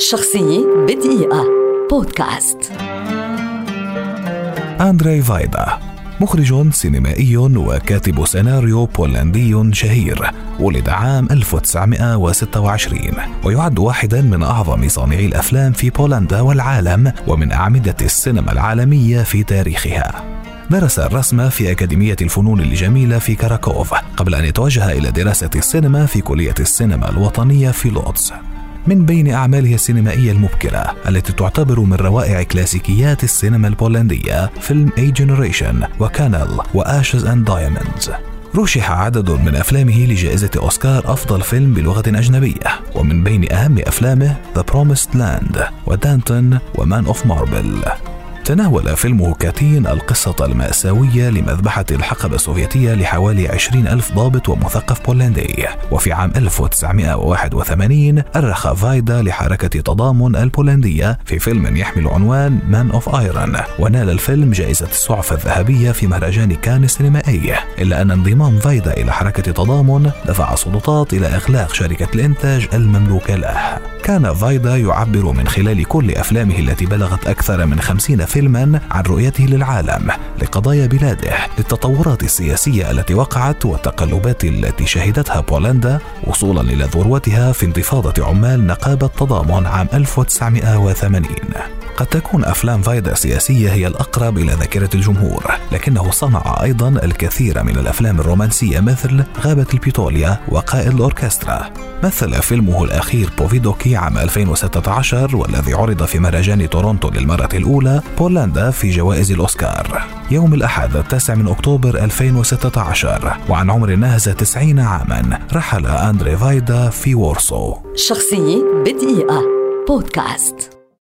شخصية بدقيقة بودكاست. أندري فايدا مخرج سينمائي وكاتب سيناريو بولندي شهير، ولد عام 1926 ويعد واحدا من أعظم صانعي الأفلام في بولندا والعالم ومن أعمدة السينما العالمية في تاريخها. درس الرسم في أكاديمية الفنون الجميلة في كراكوف قبل أن يتوجه إلى دراسة السينما في كلية السينما الوطنية في لودز. من بين أعماله السينمائية المبكرة التي تعتبر من روائع كلاسيكيات السينما البولندية فيلم A Generation وكانل وآشز أند دايموندز. رشح عدد من أفلامه لجائزة أوسكار أفضل فيلم بلغة أجنبية، ومن بين أهم أفلامه The Promised Land ودانتون ومان أوف ماربل. تناول فيلمه كاتين القصة المأساوية لمذبحة الحقبة السوفيتية لحوالي 20,000 ضابط ومثقف بولندي. وفي عام 1981 أرخ فايدا لحركة تضامن البولندية في فيلم يحمل عنوان مان أوف آيرون، ونال الفيلم جائزة الصعفة الذهبية في مهرجان كان السينمائي، إلا أن انضمام فايدا إلى حركة تضامن دفع السلطات إلى إغلاق شركة الإنتاج المملوكة له. كان فايدا يعبر من خلال كل أفلامه التي بلغت أكثر من 50 فيلما عن رؤيته للعالم، لقضايا بلاده، للتطورات السياسية التي وقعت والتقلبات التي شهدتها بولندا وصولا إلى ذروتها في انتفاضة عمال نقابة تضامن عام 1980. قد تكون أفلام فايدا سياسية هي الأقرب إلى ذاكرة الجمهور، لكنه صنع أيضا الكثير من الأفلام الرومانسية مثل غابة البيتوليا وقائد الأوركسترا. مثل فيلمه الأخير بوفيدوكي عام 2016 والذي عرض في مهرجان تورونتو للمرة الأولى بولندا في جوائز الأوسكار يوم الأحد 9 من أكتوبر 2016، وعن عمر ناهز 90 عاما رحل أندري فايدا في وورسو. شخصية بدقيقة بودكاست.